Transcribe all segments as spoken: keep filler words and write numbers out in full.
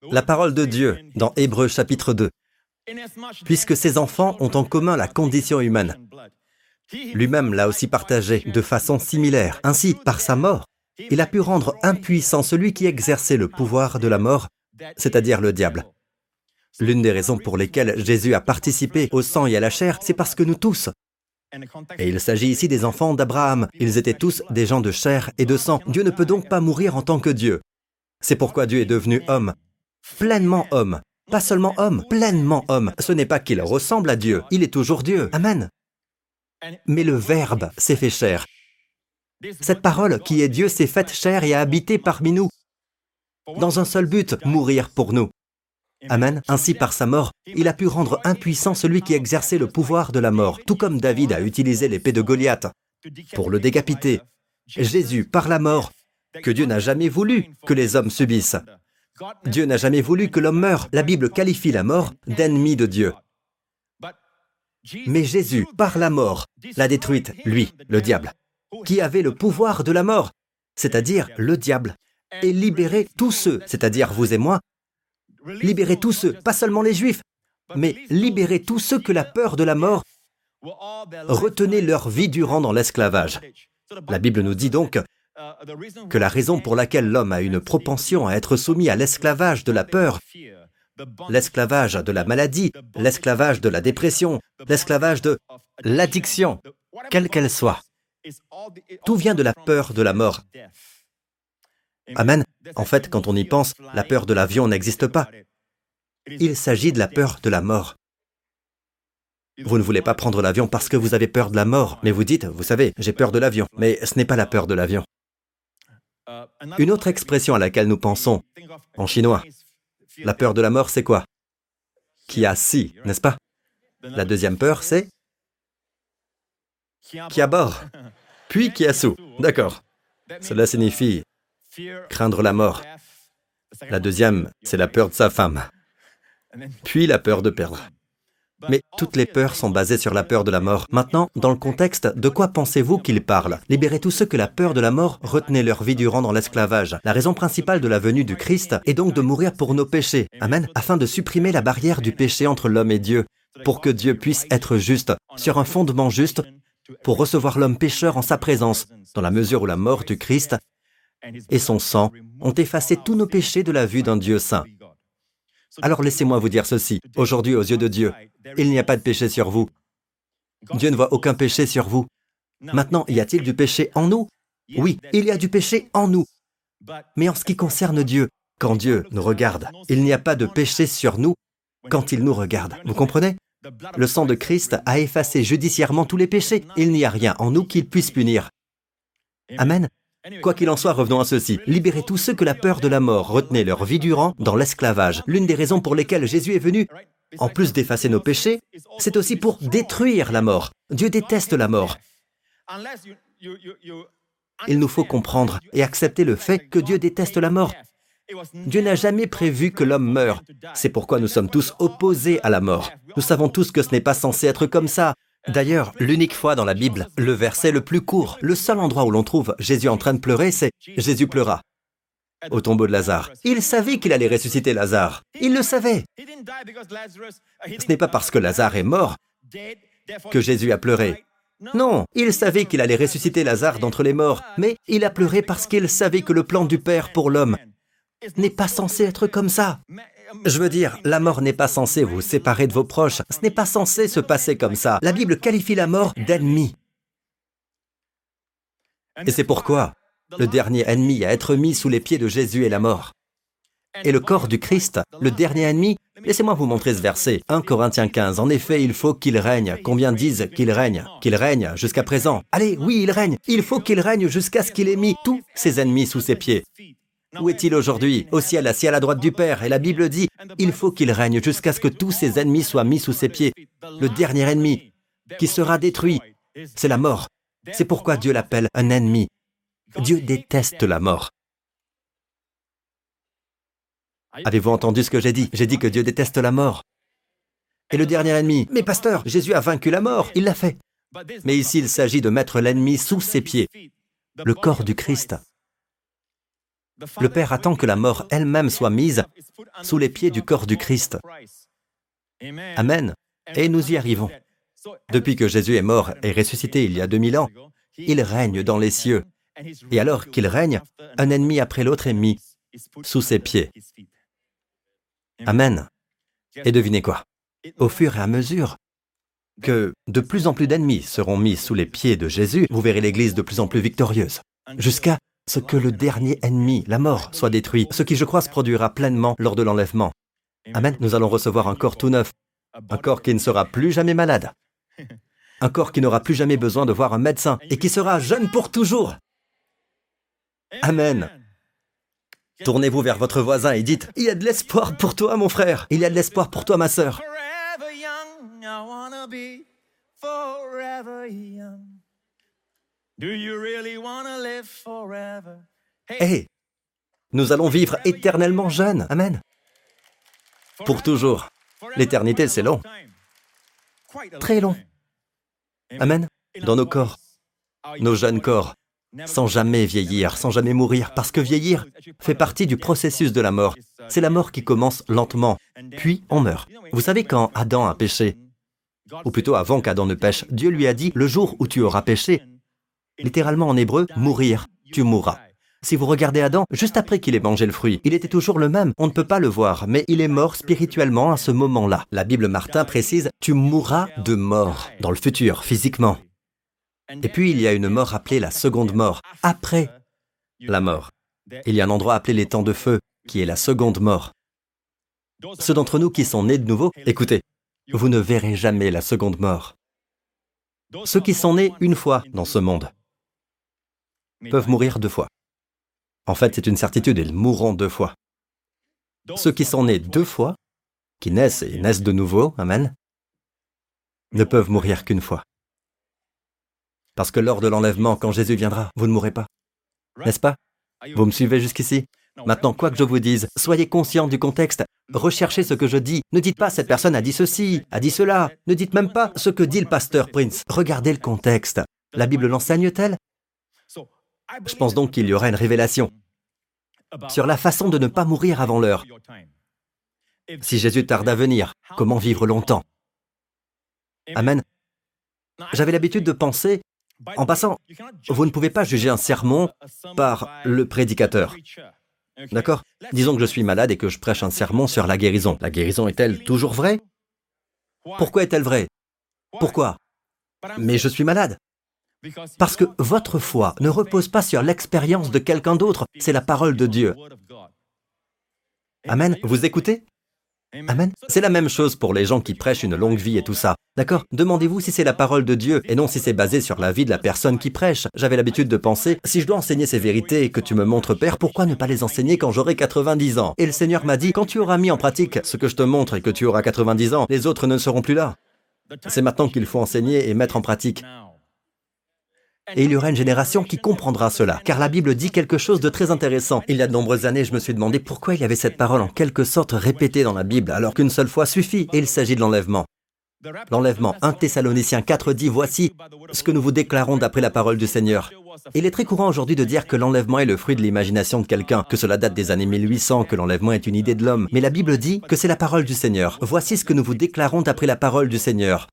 La parole de Dieu, dans Hébreux chapitre deux. Puisque ces enfants ont en commun la condition humaine, lui-même l'a aussi partagée de façon similaire. Ainsi, par sa mort, il a pu rendre impuissant celui qui exerçait le pouvoir de la mort, c'est-à-dire le diable. L'une des raisons pour lesquelles Jésus a participé au sang et à la chair, c'est parce que nous tous, et il s'agit ici des enfants d'Abraham, ils étaient tous des gens de chair et de sang. Dieu ne peut donc pas mourir en tant que Dieu. C'est pourquoi Dieu est devenu homme, pleinement homme. Pas seulement homme, pleinement homme. Ce n'est pas qu'il ressemble à Dieu, il est toujours Dieu. Amen. Mais le Verbe s'est fait chair. Cette parole qui est Dieu s'est faite chair et a habité parmi nous, dans un seul but, mourir pour nous. Amen. Ainsi, par sa mort, il a pu rendre impuissant celui qui exerçait le pouvoir de la mort, tout comme David a utilisé l'épée de Goliath pour le décapiter. Jésus, par la mort, que Dieu n'a jamais voulu que les hommes subissent. Dieu n'a jamais voulu que l'homme meure. La Bible qualifie la mort d'ennemi de Dieu. Mais Jésus, par la mort, l'a détruite, lui, le diable, qui avait le pouvoir de la mort, c'est-à-dire le diable, et libéré tous ceux, c'est-à-dire vous et moi, libérer tous ceux, pas seulement les Juifs, mais libérer tous ceux que la peur de la mort retenait leur vie durant dans l'esclavage. La Bible nous dit donc que la raison pour laquelle l'homme a une propension à être soumis à l'esclavage de la peur, l'esclavage de la maladie, l'esclavage de la dépression, l'esclavage de l'addiction, quelle qu'elle soit, tout vient de la peur de la mort. Amen. En fait, quand on y pense, la peur de l'avion n'existe pas. Il s'agit de la peur de la mort. Vous ne voulez pas prendre l'avion parce que vous avez peur de la mort, mais vous dites, vous savez, j'ai peur de l'avion. Mais ce n'est pas la peur de l'avion. Une autre expression à laquelle nous pensons, en chinois, la peur de la mort, c'est quoi? Kiasi, n'est-ce pas? La deuxième peur, c'est Kiabor, puis Kiasu. D'accord. Cela signifie craindre la mort. La deuxième, c'est la peur de sa femme. Puis la peur de perdre. Mais toutes les peurs sont basées sur la peur de la mort. Maintenant, dans le contexte, de quoi pensez-vous qu'il parle? Libérez tous ceux que la peur de la mort retenait leur vie durant dans l'esclavage. La raison principale de la venue du Christ est donc de mourir pour nos péchés. Amen. Afin de supprimer la barrière du péché entre l'homme et Dieu, pour que Dieu puisse être juste, sur un fondement juste, pour recevoir l'homme pécheur en sa présence, dans la mesure où la mort du Christ et son sang ont effacé tous nos péchés de la vue d'un Dieu saint. Alors laissez-moi vous dire ceci. Aujourd'hui, aux yeux de Dieu, il n'y a pas de péché sur vous. Dieu ne voit aucun péché sur vous. Maintenant, y a-t-il du péché en nous? Oui, il y a du péché en nous. Mais en ce qui concerne Dieu, quand Dieu nous regarde, il n'y a pas de péché sur nous quand il nous regarde. Vous comprenez? Le sang de Christ a effacé judiciairement tous les péchés. Il n'y a rien en nous qu'il puisse punir. Amen. Quoi qu'il en soit, revenons à ceci. Libérez tous ceux que la peur de la mort retenait leur vie durant dans l'esclavage. L'une des raisons pour lesquelles Jésus est venu, en plus d'effacer nos péchés, c'est aussi pour détruire la mort. Dieu déteste la mort. Il nous faut comprendre et accepter le fait que Dieu déteste la mort. Dieu n'a jamais prévu que l'homme meure. C'est pourquoi nous sommes tous opposés à la mort. Nous savons tous que ce n'est pas censé être comme ça. D'ailleurs, l'unique fois dans la Bible, le verset le plus court, le seul endroit où l'on trouve Jésus en train de pleurer, c'est « Jésus pleura » au tombeau de Lazare. Il savait qu'il allait ressusciter Lazare. Il le savait. Ce n'est pas parce que Lazare est mort que Jésus a pleuré. Non, il savait qu'il allait ressusciter Lazare d'entre les morts, mais il a pleuré parce qu'il savait que le plan du Père pour l'homme n'est pas censé être comme ça. Je veux dire, la mort n'est pas censée vous séparer de vos proches. Ce n'est pas censé se passer comme ça. La Bible qualifie la mort d'ennemi. Et c'est pourquoi le dernier ennemi à être mis sous les pieds de Jésus est la mort. Et le corps du Christ, le dernier ennemi, laissez-moi vous montrer ce verset. un Corinthiens quinze. En effet, il faut qu'il règne. Combien disent qu'il règne? Qu'il règne jusqu'à présent. Allez, oui, il règne. Il faut qu'il règne jusqu'à ce qu'il ait mis tous ses ennemis sous ses pieds. Où est-il aujourd'hui? Au ciel, assis à la droite du Père. Et la Bible dit, il faut qu'il règne jusqu'à ce que tous ses ennemis soient mis sous ses pieds. Le dernier ennemi qui sera détruit, c'est la mort. C'est pourquoi Dieu l'appelle un ennemi. Dieu déteste la mort. Avez-vous entendu ce que j'ai dit? J'ai dit que Dieu déteste la mort. Et le dernier ennemi, mais pasteur, Jésus a vaincu la mort, il l'a fait. Mais ici, il s'agit de mettre l'ennemi sous ses pieds, le corps du Christ. Le Père attend que la mort elle-même soit mise sous les pieds du corps du Christ. Amen. Et nous y arrivons. Depuis que Jésus est mort et ressuscité il y a deux mille ans, il règne dans les cieux. Et alors qu'il règne, un ennemi après l'autre est mis sous ses pieds. Amen. Et devinez quoi? Au fur et à mesure que de plus en plus d'ennemis seront mis sous les pieds de Jésus, vous verrez l'Église de plus en plus victorieuse, jusqu'à ce que le dernier ennemi, la mort, soit détruit, ce qui, je crois, se produira pleinement lors de l'enlèvement. Amen. Nous allons recevoir un corps tout neuf, un corps qui ne sera plus jamais malade, un corps qui n'aura plus jamais besoin de voir un médecin et qui sera jeune pour toujours. Amen. Tournez-vous vers votre voisin et dites, « Il y a de l'espoir pour toi, mon frère. Il y a de l'espoir pour toi, ma sœur. » Hé, nous allons vivre éternellement jeunes. Amen. Pour toujours. L'éternité, c'est long. Très long. Amen. Dans nos corps, nos jeunes corps, sans jamais vieillir, sans jamais mourir, parce que vieillir fait partie du processus de la mort. C'est la mort qui commence lentement, puis on meurt. Vous savez, quand Adam a péché, ou plutôt avant qu'Adam ne pêche, Dieu lui a dit, le jour où tu auras péché, littéralement en hébreu, mourir, tu mourras. Si vous regardez Adam, juste après qu'il ait mangé le fruit, il était toujours le même, on ne peut pas le voir, mais il est mort spirituellement à ce moment-là. La Bible Martin précise, tu mourras de mort, dans le futur, physiquement. Et puis il y a une mort appelée la seconde mort, après la mort. Il y a un endroit appelé les temps de feu, qui est la seconde mort. Ceux d'entre nous qui sont nés de nouveau, écoutez, vous ne verrez jamais la seconde mort. Ceux qui sont nés une fois dans ce monde peuvent mourir deux fois. En fait, c'est une certitude, ils mourront deux fois. Ceux qui sont nés deux fois, qui naissent et naissent de nouveau, amen, ne peuvent mourir qu'une fois. Parce que lors de l'enlèvement, quand Jésus viendra, vous ne mourrez pas. N'est-ce pas? Vous me suivez jusqu'ici? Maintenant, quoi que je vous dise, soyez conscients du contexte. Recherchez ce que je dis. Ne dites pas « cette personne a dit ceci, a dit cela ». Ne dites même pas ce que dit le pasteur Prince. Regardez le contexte. La Bible l'enseigne-t-elle? Je pense donc qu'il y aura une révélation sur la façon de ne pas mourir avant l'heure. Si Jésus tarde à venir, comment vivre longtemps? Amen. J'avais l'habitude de penser, en passant, vous ne pouvez pas juger un sermon par le prédicateur. D'accord? Disons que je suis malade et que je prêche un sermon sur la guérison. La guérison est-elle toujours vraie? Pourquoi est-elle vraie? Pourquoi? Mais je suis malade. Parce que votre foi ne repose pas sur l'expérience de quelqu'un d'autre, c'est la parole de Dieu. Amen. Vous écoutez? Amen. C'est la même chose pour les gens qui prêchent une longue vie et tout ça. D'accord? Demandez-vous si c'est la parole de Dieu et non si c'est basé sur la vie de la personne qui prêche. J'avais l'habitude de penser, si je dois enseigner ces vérités et que tu me montres, Père, pourquoi ne pas les enseigner quand j'aurai quatre-vingt-dix ans? Et le Seigneur m'a dit, quand tu auras mis en pratique ce que je te montre et que tu auras quatre-vingt-dix ans, les autres ne seront plus là. C'est maintenant qu'il faut enseigner et mettre en pratique. Et il y aura une génération qui comprendra cela, car la Bible dit quelque chose de très intéressant. Il y a de nombreuses années, je me suis demandé pourquoi il y avait cette parole en quelque sorte répétée dans la Bible, alors qu'une seule fois suffit, et il s'agit de l'enlèvement. L'enlèvement, un Thessaloniciens quatre dit, voici ce que nous vous déclarons d'après la parole du Seigneur. Il est très courant aujourd'hui de dire que l'enlèvement est le fruit de l'imagination de quelqu'un, que cela date des années mille huit cents, que l'enlèvement est une idée de l'homme. Mais la Bible dit que c'est la parole du Seigneur. Voici ce que nous vous déclarons d'après la parole du Seigneur.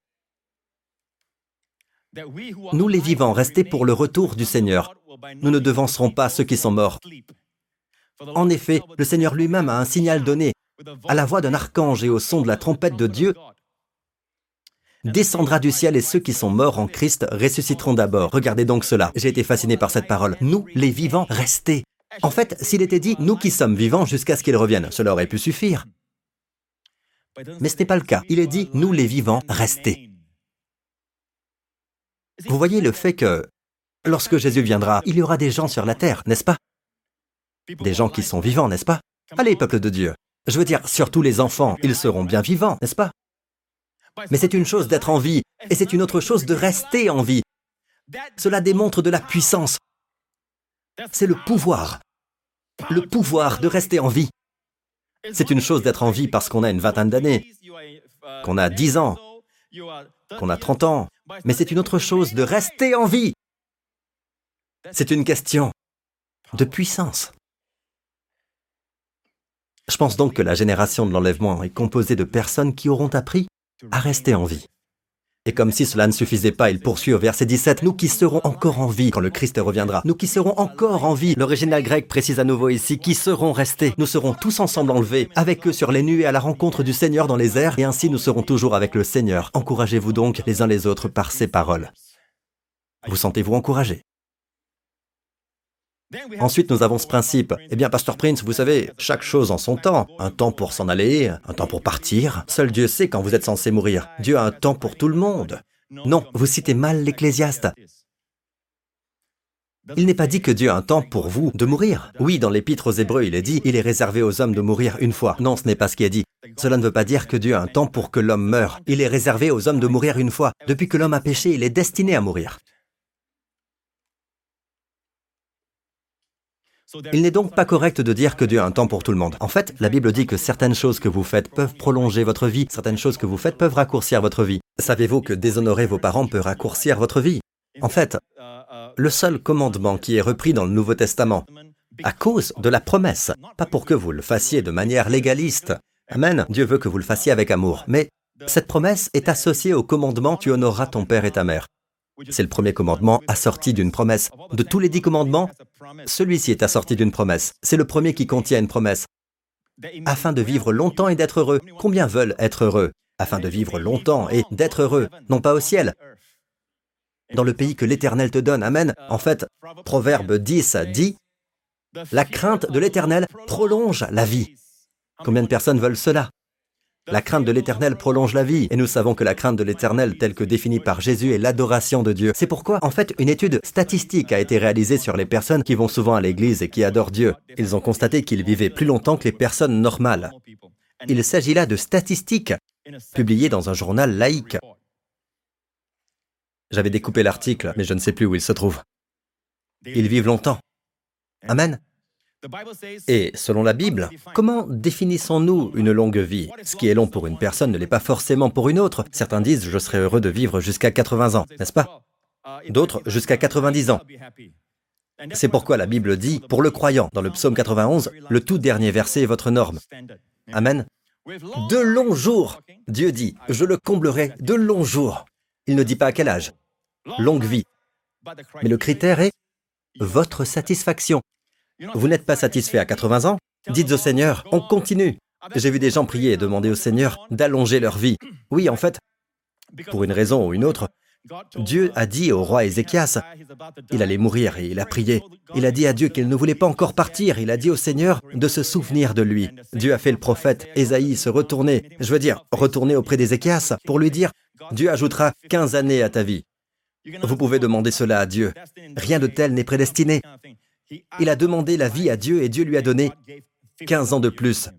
Nous les vivants, restés pour le retour du Seigneur, nous ne devancerons pas ceux qui sont morts. En effet, le Seigneur lui-même a un signal donné, à la voix d'un archange et au son de la trompette de Dieu, descendra du ciel et ceux qui sont morts en Christ ressusciteront d'abord. Regardez donc cela. J'ai été fasciné par cette parole. Nous, les vivants, restés. En fait, s'il était dit « nous qui sommes vivants jusqu'à ce qu'il revienne », cela aurait pu suffire. Mais ce n'est pas le cas. Il est dit « nous, les vivants, restés ». Vous voyez le fait que, lorsque Jésus viendra, il y aura des gens sur la terre, n'est-ce pas? Des gens qui sont vivants, n'est-ce pas? Allez, peuple de Dieu. Je veux dire, surtout les enfants, ils seront bien vivants, n'est-ce pas? Mais c'est une chose d'être en vie, et c'est une autre chose de rester en vie. Cela démontre de la puissance. C'est le pouvoir. Le pouvoir de rester en vie. C'est une chose d'être en vie parce qu'on a une vingtaine d'années, qu'on a dix ans, qu'on a trente ans, mais c'est une autre chose de rester en vie. C'est une question de puissance. Je pense donc que la génération de l'enlèvement est composée de personnes qui auront appris à rester en vie. Et comme si cela ne suffisait pas, il poursuit au verset dix-sept, « Nous qui serons encore en vie quand le Christ reviendra, nous qui serons encore en vie. » L'original grec précise à nouveau ici, « Qui seront restés. Nous serons tous ensemble enlevés, avec eux sur les nuées à la rencontre du Seigneur dans les airs, et ainsi nous serons toujours avec le Seigneur. Encouragez-vous donc les uns les autres par ces paroles. » Vous sentez-vous encouragés? Ensuite, nous avons ce principe. Eh bien, Pasteur Prince, vous savez, chaque chose en son temps. Un temps pour s'en aller, un temps pour partir. Seul Dieu sait quand vous êtes censé mourir. Dieu a un temps pour tout le monde. Non, vous citez mal l'Ecclésiaste. Il n'est pas dit que Dieu a un temps pour vous de mourir. Oui, dans l'Épître aux Hébreux, il est dit, il est réservé aux hommes de mourir une fois. Non, ce n'est pas ce qui est dit. Cela ne veut pas dire que Dieu a un temps pour que l'homme meure. Il est réservé aux hommes de mourir une fois. Depuis que l'homme a péché, il est destiné à mourir. Il n'est donc pas correct de dire que Dieu a un temps pour tout le monde. En fait, la Bible dit que certaines choses que vous faites peuvent prolonger votre vie, certaines choses que vous faites peuvent raccourcir votre vie. Savez-vous que déshonorer vos parents peut raccourcir votre vie? En fait, le seul commandement qui est repris dans le Nouveau Testament, à cause de la promesse, pas pour que vous le fassiez de manière légaliste. Amen, Dieu veut que vous le fassiez avec amour. Mais cette promesse est associée au commandement « Tu honoreras ton père et ta mère ». C'est le premier commandement assorti d'une promesse. De tous les dix commandements, celui-ci est assorti d'une promesse. C'est le premier qui contient une promesse. Afin de vivre longtemps et d'être heureux. Combien veulent être heureux? Afin de vivre longtemps et d'être heureux, non pas au ciel. Dans le pays que l'Éternel te donne. Amen. En fait, Proverbe dix dit, « La crainte de l'Éternel prolonge la vie. » Combien de personnes veulent cela? La crainte de l'Éternel prolonge la vie, et nous savons que la crainte de l'Éternel, telle que définie par Jésus, est l'adoration de Dieu. C'est pourquoi, en fait, une étude statistique a été réalisée sur les personnes qui vont souvent à l'église et qui adorent Dieu. Ils ont constaté qu'ils vivaient plus longtemps que les personnes normales. Il s'agit là de statistiques publiées dans un journal laïque. J'avais découpé l'article, mais je ne sais plus où il se trouve. Ils vivent longtemps. Amen. Et selon la Bible, comment définissons-nous une longue vie? Ce qui est long pour une personne ne l'est pas forcément pour une autre. Certains disent « je serais heureux de vivre jusqu'à quatre-vingts ans », n'est-ce pas? D'autres jusqu'à quatre-vingt-dix ans. C'est pourquoi la Bible dit, pour le croyant, dans le psaume quatre-vingt-onze, le tout dernier verset est votre norme. Amen. De longs jours, Dieu dit, je le comblerai de longs jours. Il ne dit pas à quel âge. Longue vie. Mais le critère est votre satisfaction. Vous n'êtes pas satisfait à quatre-vingts ans? Dites au Seigneur, on continue. J'ai vu des gens prier et demander au Seigneur d'allonger leur vie. Oui, en fait, pour une raison ou une autre, Dieu a dit au roi Ézéchias, il allait mourir et il a prié. Il a dit à Dieu qu'il ne voulait pas encore partir. Il a dit au Seigneur de se souvenir de lui. Dieu a fait le prophète Ésaïe se retourner, je veux dire, retourner auprès d'Ézéchias pour lui dire, Dieu ajoutera quinze années à ta vie. Vous pouvez demander cela à Dieu. Rien de tel n'est prédestiné. Il a demandé la vie à Dieu et Dieu lui a donné quinze ans de plus.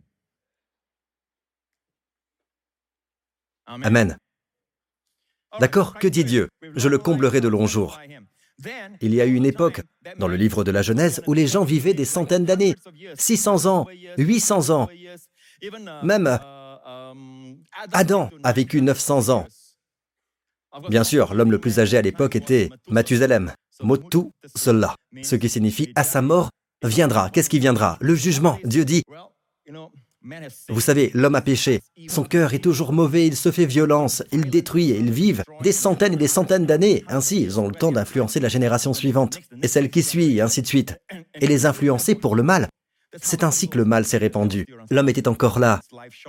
Amen. D'accord, que dit Dieu? Je le comblerai de longs jours. Il y a eu une époque, dans le livre de la Genèse, où les gens vivaient des centaines d'années, six cents ans, huit cents ans. Même Adam a vécu neuf cents ans. Bien sûr, l'homme le plus âgé à l'époque était Mathusalem. Motu cela, ce qui signifie « à sa mort viendra ». Qu'est-ce qui viendra? Le jugement. Dieu dit, vous savez, l'homme a péché, son cœur est toujours mauvais, il se fait violence, il détruit et ils vivent des centaines et des centaines d'années. Ainsi, ils ont le temps d'influencer la génération suivante, et celle qui suit, et ainsi de suite, et les influencer pour le mal. C'est ainsi que le mal s'est répandu. L'homme était encore là.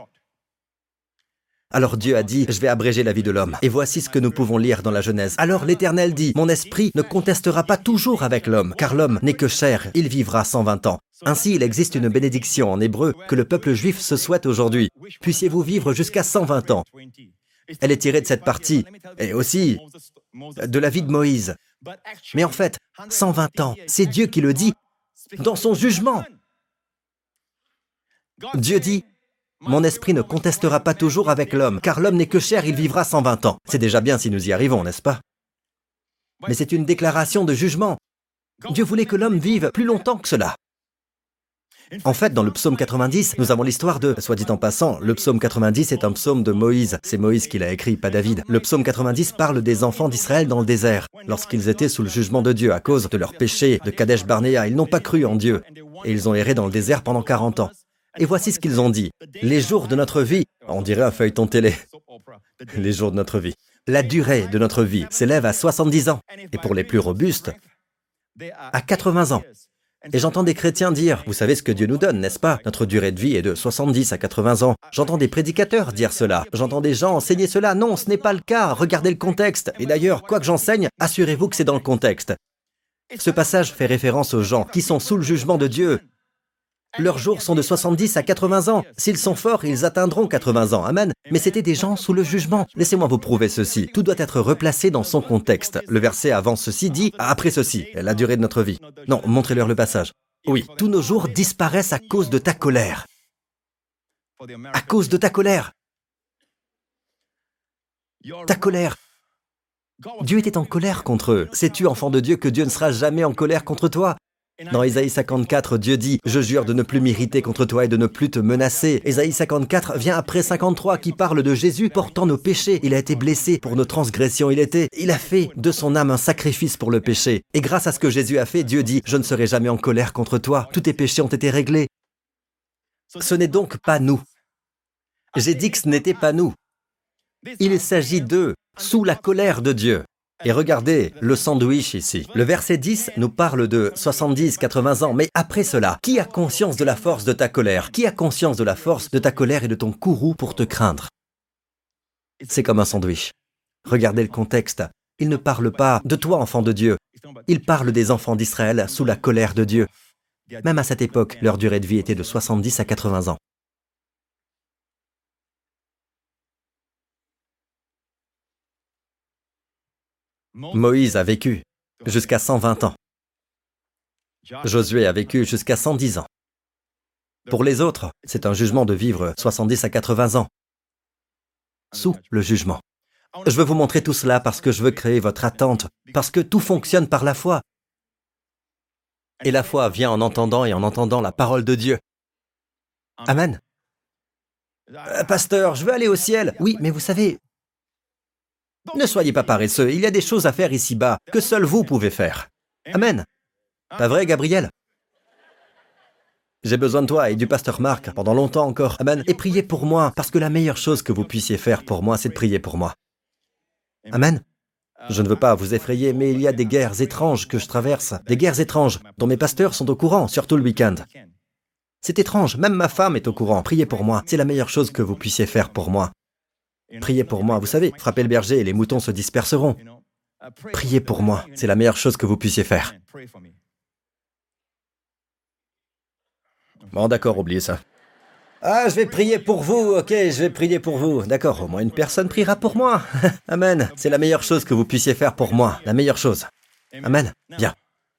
Alors Dieu a dit, je vais abréger la vie de l'homme. Et voici ce que nous pouvons lire dans la Genèse. Alors l'Éternel dit, mon esprit ne contestera pas toujours avec l'homme, car l'homme n'est que chair, il vivra cent vingt ans. Ainsi, il existe une bénédiction en hébreu que le peuple juif se souhaite aujourd'hui. Puissiez-vous vivre jusqu'à cent vingt ans. Elle est tirée de cette partie, et aussi de la vie de Moïse. Mais en fait, cent vingt ans, c'est Dieu qui le dit dans son jugement. Dieu dit, mon esprit ne contestera pas toujours avec l'homme, car l'homme n'est que chair, il vivra cent vingt ans. C'est déjà bien si nous y arrivons, n'est-ce pas? Mais c'est une déclaration de jugement. Dieu voulait que l'homme vive plus longtemps que cela. En fait, dans le psaume quatre-vingt-dix, nous avons l'histoire de, soit dit en passant, le psaume quatre-vingt-dix est un psaume de Moïse. C'est Moïse qui l'a écrit, pas David. Le psaume quatre-vingt-dix parle des enfants d'Israël dans le désert, lorsqu'ils étaient sous le jugement de Dieu à cause de leur péché de Kadesh Barnéa. Ils n'ont pas cru en Dieu, et ils ont erré dans le désert pendant quarante ans. Et voici ce qu'ils ont dit. Les jours de notre vie, on dirait un feuilleton télé, les jours de notre vie. La durée de notre vie s'élève à soixante-dix ans. Et pour les plus robustes, à quatre-vingts ans. Et j'entends des chrétiens dire, vous savez ce que Dieu nous donne, n'est-ce pas? Notre durée de vie est de soixante-dix à quatre-vingts ans. J'entends des prédicateurs dire cela. J'entends des gens enseigner cela. Non, ce n'est pas le cas. Regardez le contexte. Et d'ailleurs, quoi que j'enseigne, assurez-vous que c'est dans le contexte. Ce passage fait référence aux gens qui sont sous le jugement de Dieu. Leurs jours sont de soixante-dix à quatre-vingts ans. S'ils sont forts, ils atteindront quatre-vingts ans. Amen. Mais c'était des gens sous le jugement. Laissez-moi vous prouver ceci. Tout doit être replacé dans son contexte. Le verset avant ceci dit « après ceci », la durée de notre vie. Non, montrez-leur le passage. Oui, tous nos jours disparaissent à cause de ta colère. À cause de ta colère. Ta colère. Dieu était en colère contre eux. Sais-tu, enfant de Dieu, que Dieu ne sera jamais en colère contre toi? Dans Ésaïe cinquante-quatre, Dieu dit « Je jure de ne plus m'irriter contre toi et de ne plus te menacer ». Ésaïe cinquante-quatre vient après cinquante-trois qui parle de Jésus portant nos péchés. Il a été blessé pour nos transgressions. Il était, il a fait de son âme un sacrifice pour le péché. Et grâce à ce que Jésus a fait, Dieu dit « Je ne serai jamais en colère contre toi. Tous tes péchés ont été réglés ». Ce n'est donc pas nous. J'ai dit que ce n'était pas nous. Il s'agit d'eux, sous la colère de Dieu. Et regardez le sandwich ici. Le verset dix nous parle de soixante-dix, quatre-vingts ans, mais après cela, qui a conscience de la force de ta colère? Qui a conscience de la force de ta colère et de ton courroux pour te craindre? C'est comme un sandwich. Regardez le contexte. Il ne parle pas de toi, enfant de Dieu. Il parle des enfants d'Israël sous la colère de Dieu. Même à cette époque, leur durée de vie était de soixante-dix à quatre-vingts ans. Moïse a vécu jusqu'à cent vingt ans. Josué a vécu jusqu'à cent dix ans. Pour les autres, c'est un jugement de vivre soixante-dix à quatre-vingts ans. Sous le jugement. Je veux vous montrer tout cela parce que je veux créer votre attente, parce que tout fonctionne par la foi. Et la foi vient en entendant et en entendant la parole de Dieu. Amen. Euh, pasteur, je veux aller au ciel. Oui, mais vous savez, ne soyez pas paresseux, il y a des choses à faire ici-bas que seul vous pouvez faire. Amen. Pas vrai, Gabriel? J'ai besoin de toi et du pasteur Marc pendant longtemps encore. Amen. Et priez pour moi, parce que la meilleure chose que vous puissiez faire pour moi, c'est de prier pour moi. Amen. Je ne veux pas vous effrayer, mais il y a des guerres étranges que je traverse, des guerres étranges dont mes pasteurs sont au courant, surtout le week-end. C'est étrange, même ma femme est au courant. Priez pour moi, c'est la meilleure chose que vous puissiez faire pour moi. Priez pour moi, vous savez, frappez le berger et les moutons se disperseront. Priez pour moi, c'est la meilleure chose que vous puissiez faire. Bon, d'accord, oubliez ça. Ah, je vais prier pour vous, ok, je vais prier pour vous. D'accord, au moins une personne priera pour moi. Amen, c'est la meilleure chose que vous puissiez faire pour moi, la meilleure chose. Amen, bien.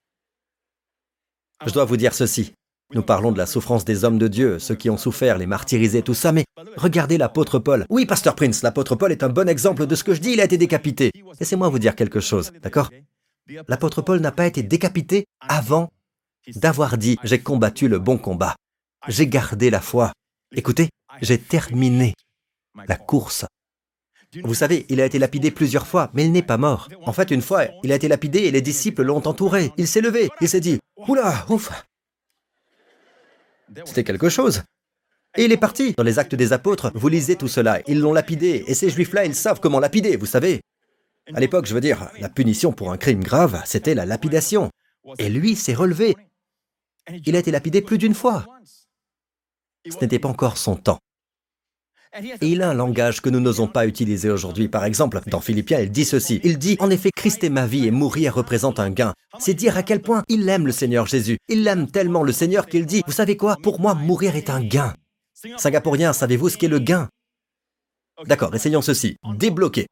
Je dois vous dire ceci. Nous parlons de la souffrance des hommes de Dieu, ceux qui ont souffert, les martyrisés, tout ça, mais regardez l'apôtre Paul. Oui, pasteur Prince, l'apôtre Paul est un bon exemple de ce que je dis, il a été décapité. Laissez-moi vous dire quelque chose, d'accord? L'apôtre Paul n'a pas été décapité avant d'avoir dit « J'ai combattu le bon combat, j'ai gardé la foi. Écoutez, j'ai terminé la course. » Vous savez, il a été lapidé plusieurs fois, mais il n'est pas mort. En fait, une fois, il a été lapidé et les disciples l'ont entouré. Il s'est levé, il s'est dit « Oula, ouf !» C'était quelque chose. Et il est parti. Dans les Actes des Apôtres, vous lisez tout cela. Ils l'ont lapidé. Et ces Juifs-là, ils savent comment lapider, vous savez. À l'époque, je veux dire, la punition pour un crime grave, c'était la lapidation. Et lui s'est relevé. Il a été lapidé plus d'une fois. Ce n'était pas encore son temps. Et il a un langage que nous n'osons pas utiliser aujourd'hui. Par exemple, dans Philippiens, il dit ceci. Il dit, en effet, Christ est ma vie et mourir représente un gain. C'est dire à quel point il aime le Seigneur Jésus. Il aime tellement le Seigneur qu'il dit, vous savez quoi, pour moi, mourir est un gain. Singapourien, savez-vous ce qu'est le gain? D'accord, essayons ceci. Débloquer.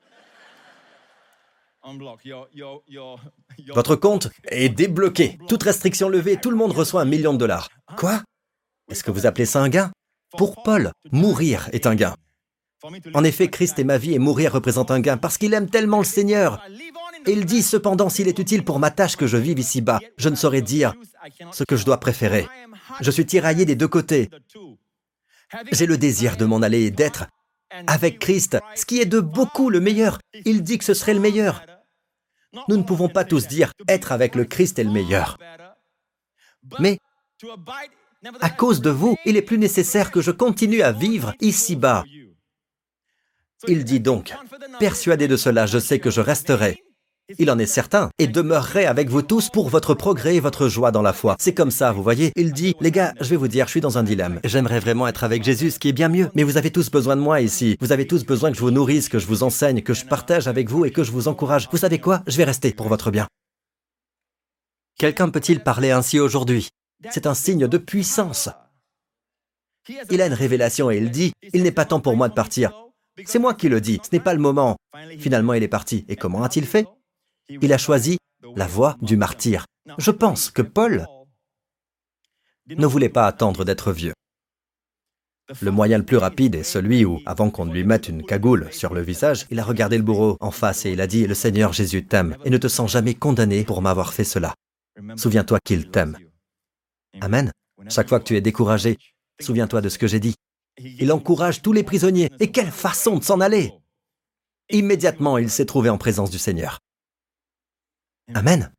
Votre compte est débloqué. Toute restriction levée, tout le monde reçoit un million de dollars. Quoi? Est-ce que vous appelez ça un gain? Pour Paul, mourir est un gain. En effet, Christ est ma vie et mourir représente un gain parce qu'il aime tellement le Seigneur. Et il dit, cependant, s'il est utile pour ma tâche que je vive ici-bas, je ne saurais dire ce que je dois préférer. Je suis tiraillé des deux côtés. J'ai le désir de m'en aller et d'être avec Christ, ce qui est de beaucoup le meilleur. Il dit que ce serait le meilleur. Nous ne pouvons pas tous dire être avec le Christ est le meilleur. Mais À cause de vous, il est plus nécessaire que je continue à vivre ici-bas. Il dit donc, persuadé de cela, je sais que je resterai. Il en est certain et demeurerai avec vous tous pour votre progrès et votre joie dans la foi. C'est comme ça, vous voyez. Il dit, les gars, je vais vous dire, je suis dans un dilemme. J'aimerais vraiment être avec Jésus, ce qui est bien mieux. Mais vous avez tous besoin de moi ici. Vous avez tous besoin que je vous nourrisse, que je vous enseigne, que je partage avec vous et que je vous encourage. Vous savez quoi? Je vais rester pour votre bien. Quelqu'un peut-il parler ainsi aujourd'hui? C'est un signe de puissance. Il a une révélation et il dit, il n'est pas temps pour moi de partir. C'est moi qui le dis, ce n'est pas le moment. Finalement, il est parti. Et comment a-t-il fait? Il a choisi la voie du martyr. Je pense que Paul ne voulait pas attendre d'être vieux. Le moyen le plus rapide est celui où, avant qu'on ne lui mette une cagoule sur le visage, il a regardé le bourreau en face et il a dit « Le Seigneur Jésus t'aime et ne te sens jamais condamné pour m'avoir fait cela. Souviens-toi qu'il t'aime. » Amen. Chaque fois que tu es découragé, souviens-toi de ce que j'ai dit. Il encourage tous les prisonniers. Et quelle façon de s'en aller! Immédiatement, il s'est trouvé en présence du Seigneur. Amen.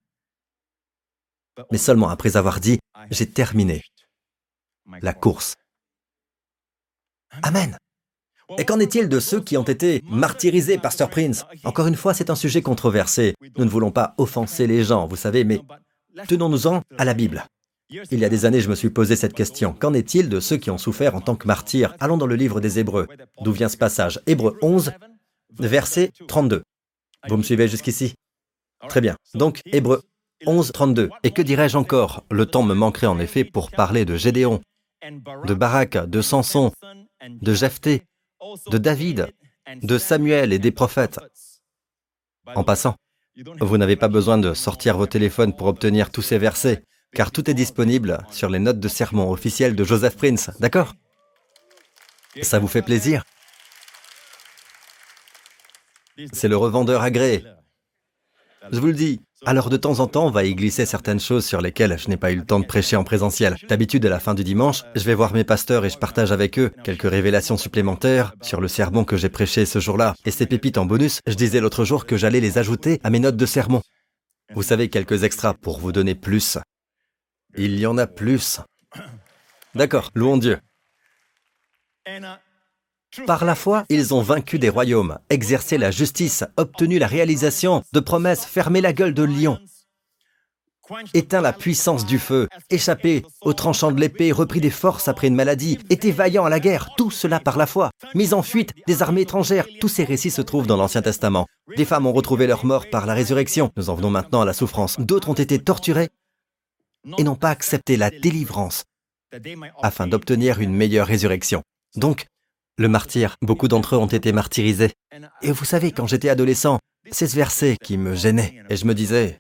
Mais seulement après avoir dit, j'ai terminé la course. Amen. Et qu'en est-il de ceux qui ont été martyrisés, Pasteur Prince? Encore une fois, c'est un sujet controversé. Nous ne voulons pas offenser les gens, vous savez, mais tenons-nous-en à la Bible. Il y a des années, je me suis posé cette question. Qu'en est-il de ceux qui ont souffert en tant que martyrs? Allons dans le livre des Hébreux. D'où vient ce passage? Hébreux onze, verset trente-deux. Vous me suivez jusqu'ici? Très bien. Donc, Hébreux onze, trente-deux. Et que dirais-je encore? Le temps me manquerait en effet pour parler de Gédéon, de Barak, de Samson, de Jephthé, de David, de Samuel et des prophètes. En passant, vous n'avez pas besoin de sortir vos téléphones pour obtenir tous ces versets, car tout est disponible sur les notes de sermon officielles de Joseph Prince, d'accord? Ça vous fait plaisir? C'est le revendeur agréé. Je vous le dis, alors de temps en temps, on va y glisser certaines choses sur lesquelles je n'ai pas eu le temps de prêcher en présentiel. D'habitude, à la fin du dimanche, je vais voir mes pasteurs et je partage avec eux quelques révélations supplémentaires sur le sermon que j'ai prêché ce jour-là. Et ces pépites en bonus, je disais l'autre jour que j'allais les ajouter à mes notes de sermon. Vous savez, quelques extras pour vous donner plus. Il y en a plus. D'accord, louons Dieu. Par la foi, ils ont vaincu des royaumes, exercé la justice, obtenu la réalisation de promesses, fermé la gueule de lion, éteint la puissance du feu, échappé au tranchant de l'épée, repris des forces après une maladie, été vaillant à la guerre, tout cela par la foi, mis en fuite des armées étrangères. Tous ces récits se trouvent dans l'Ancien Testament. Des femmes ont retrouvé leur mort par la résurrection. Nous en venons maintenant à la souffrance. D'autres ont été torturés et n'ont pas accepté la délivrance afin d'obtenir une meilleure résurrection. Donc, le martyr, beaucoup d'entre eux ont été martyrisés. Et vous savez, quand j'étais adolescent, c'est ce verset qui me gênait. Et je me disais,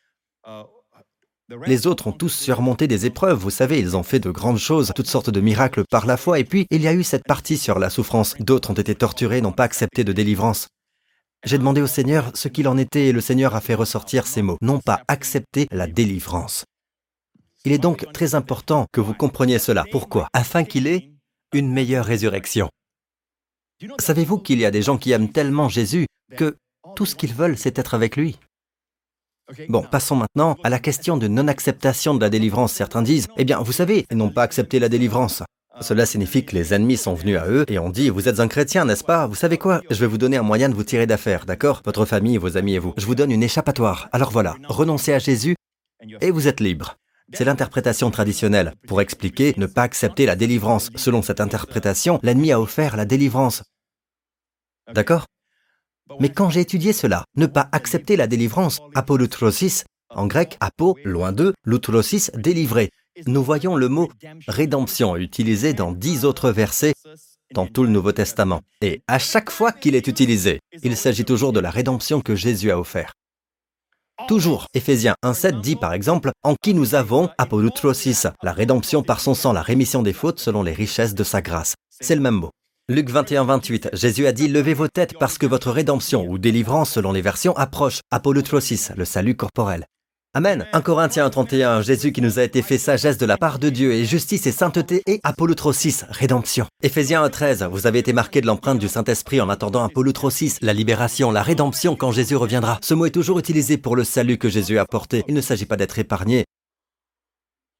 les autres ont tous surmonté des épreuves, vous savez, ils ont fait de grandes choses, toutes sortes de miracles par la foi. Et puis, il y a eu cette partie sur la souffrance. D'autres ont été torturés, n'ont pas accepté de délivrance. J'ai demandé au Seigneur ce qu'il en était et le Seigneur a fait ressortir ces mots. Non pas accepter la délivrance. Il est donc très important que vous compreniez cela. Pourquoi? Afin qu'il ait une meilleure résurrection. Savez-vous qu'il y a des gens qui aiment tellement Jésus que tout ce qu'ils veulent, c'est être avec lui? Bon, passons maintenant à la question de non-acceptation de la délivrance. Certains disent, eh bien, vous savez, ils n'ont pas accepté la délivrance. Cela signifie que les ennemis sont venus à eux et ont dit, vous êtes un chrétien, n'est-ce pas? Vous savez quoi? Je vais vous donner un moyen de vous tirer d'affaire, d'accord? Votre famille, vos amis et vous. Je vous donne une échappatoire. Alors voilà, renoncez à Jésus et vous êtes libre. C'est l'interprétation traditionnelle. Pour expliquer ne pas accepter la délivrance. Selon cette interprétation, l'ennemi a offert la délivrance. D'accord? Mais quand j'ai étudié cela, ne pas accepter la délivrance, apolutrosis, en grec, apo, loin d'eux, lutrosis, délivré. Nous voyons le mot rédemption utilisé dans dix autres versets dans tout le Nouveau Testament. Et à chaque fois qu'il est utilisé, il s'agit toujours de la rédemption que Jésus a offerte. Toujours, Éphésiens un sept dit par exemple, en qui nous avons, apolutrosis, la rédemption par son sang, la rémission des fautes selon les richesses de sa grâce. C'est le même mot. Luc vingt et un, vingt-huit, Jésus a dit, levez vos têtes parce que votre rédemption ou délivrance selon les versions approche, apolutrosis, le salut corporel. Amen. un Corinthiens un, trente et un, Jésus qui nous a été fait sagesse de la part de Dieu et justice et sainteté et apolutrosis, rédemption. Éphésiens un, treize, vous avez été marqués de l'empreinte du Saint-Esprit en attendant apolutrosis, la libération, la rédemption quand Jésus reviendra. Ce mot est toujours utilisé pour le salut que Jésus a apporté. Il ne s'agit pas d'être épargné.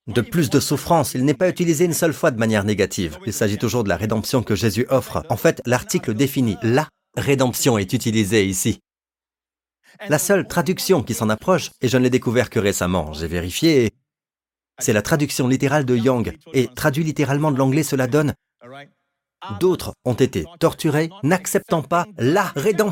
de plus de souffrance. Il n'est pas utilisé une seule fois de manière négative. Il s'agit toujours de la rédemption que Jésus offre. En fait, l'article définit « la rédemption » est utilisé ici. La seule traduction qui s'en approche, et je ne l'ai découvert que récemment, j'ai vérifié, c'est la traduction littérale de Young. Et traduit littéralement de l'anglais, cela donne « D'autres ont été torturés, n'acceptant pas la rédemption ».